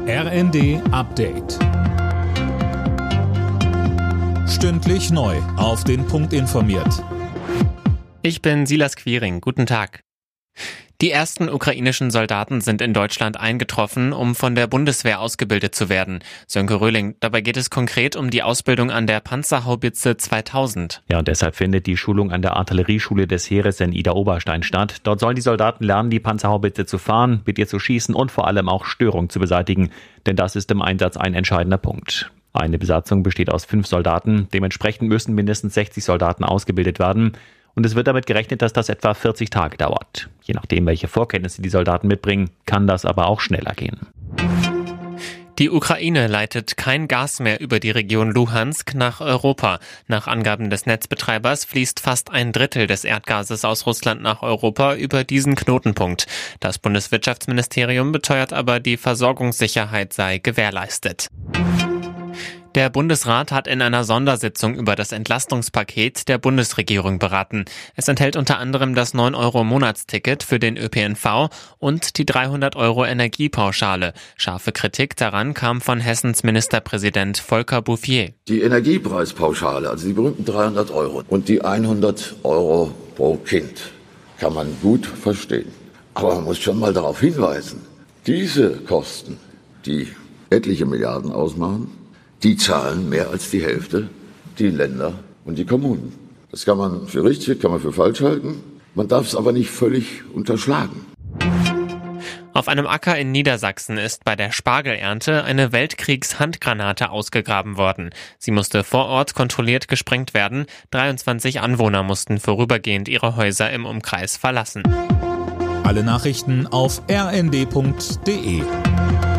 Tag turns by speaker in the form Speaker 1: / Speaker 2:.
Speaker 1: RND Update. Stündlich neu auf den Punkt informiert.
Speaker 2: Ich bin Silas Quiring. Guten Tag. Die ersten ukrainischen Soldaten sind in Deutschland eingetroffen, um von der Bundeswehr ausgebildet zu werden. Sönke Röhling, dabei geht es konkret um die Ausbildung an der Panzerhaubitze 2000.
Speaker 3: Ja, und deshalb findet die Schulung an der Artillerieschule des Heeres in Idar-Oberstein statt. Dort sollen die Soldaten lernen, die Panzerhaubitze zu fahren, mit ihr zu schießen und vor allem auch Störungen zu beseitigen. Denn das ist im Einsatz ein entscheidender Punkt. Eine Besatzung besteht aus 5 Soldaten. Dementsprechend müssen mindestens 60 Soldaten ausgebildet werden. Und es wird damit gerechnet, dass das etwa 40 Tage dauert. Je nachdem, welche Vorkenntnisse die Soldaten mitbringen, kann das aber auch schneller gehen.
Speaker 2: Die Ukraine leitet kein Gas mehr über die Region Luhansk nach Europa. Nach Angaben des Netzbetreibers fließt fast ein Drittel des Erdgases aus Russland nach Europa über diesen Knotenpunkt. Das Bundeswirtschaftsministerium beteuert aber, die Versorgungssicherheit sei gewährleistet. Der Bundesrat hat in einer Sondersitzung über das Entlastungspaket der Bundesregierung beraten. Es enthält unter anderem das 9-Euro-Monatsticket für den ÖPNV und die 300 € Energiepauschale. Scharfe Kritik daran kam von Hessens Ministerpräsident Volker Bouffier.
Speaker 4: Die Energiepreispauschale, also die berühmten 300 € und die 100 € pro Kind, kann man gut verstehen. Aber man muss schon mal darauf hinweisen, diese Kosten, die etliche Milliarden ausmachen, die zahlen mehr als die Hälfte die Länder und die Kommunen. Das kann man für richtig, kann man für falsch halten. Man darf es aber nicht völlig unterschlagen.
Speaker 2: Auf einem Acker in Niedersachsen ist bei der Spargelernte eine Weltkriegshandgranate ausgegraben worden. Sie musste vor Ort kontrolliert gesprengt werden. 23 Anwohner mussten vorübergehend ihre Häuser im Umkreis verlassen.
Speaker 1: Alle Nachrichten auf rnd.de.